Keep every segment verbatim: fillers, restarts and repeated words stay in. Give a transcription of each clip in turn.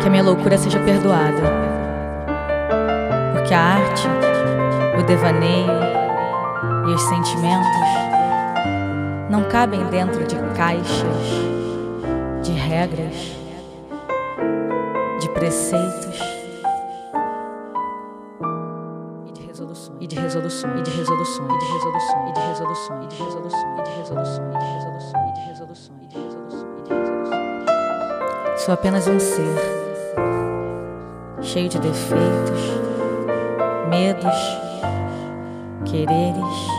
que a minha loucura seja perdoada, porque a arte, o devaneio e os sentimentos não cabem dentro de caixas, de regras, de preceitos e de resoluções, e de resoluções, e de resoluções, e de resoluções, e de resoluções, e de resoluções, e de resoluções, e de resoluções, e de resoluções, e de resoluções. Sou apenas um ser cheio de defeitos, medos, quereres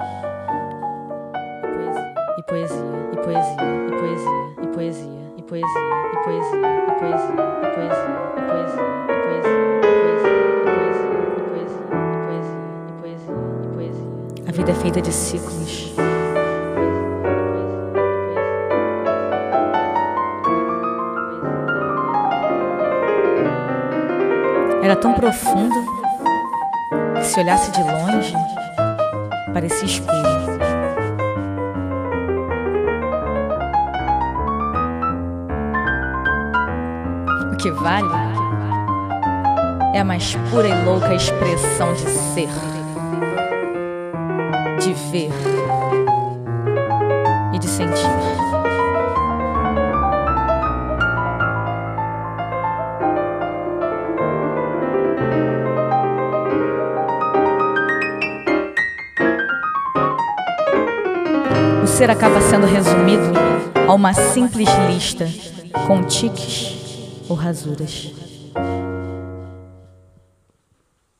e poesia, e poesia, e poesia, e poesia, e poesia, e poesia, e poesia, e poesia, e poesia, e poesia, e poesia, e poesia, e poesia. A vida é feita de ciclos. Era tão profundo que, se olhasse de longe, parecia escuro. O que vale é a mais pura e louca expressão de ser, de ver e de sentir. O ser acaba sendo resumido a uma simples lista com tiques ou rasuras.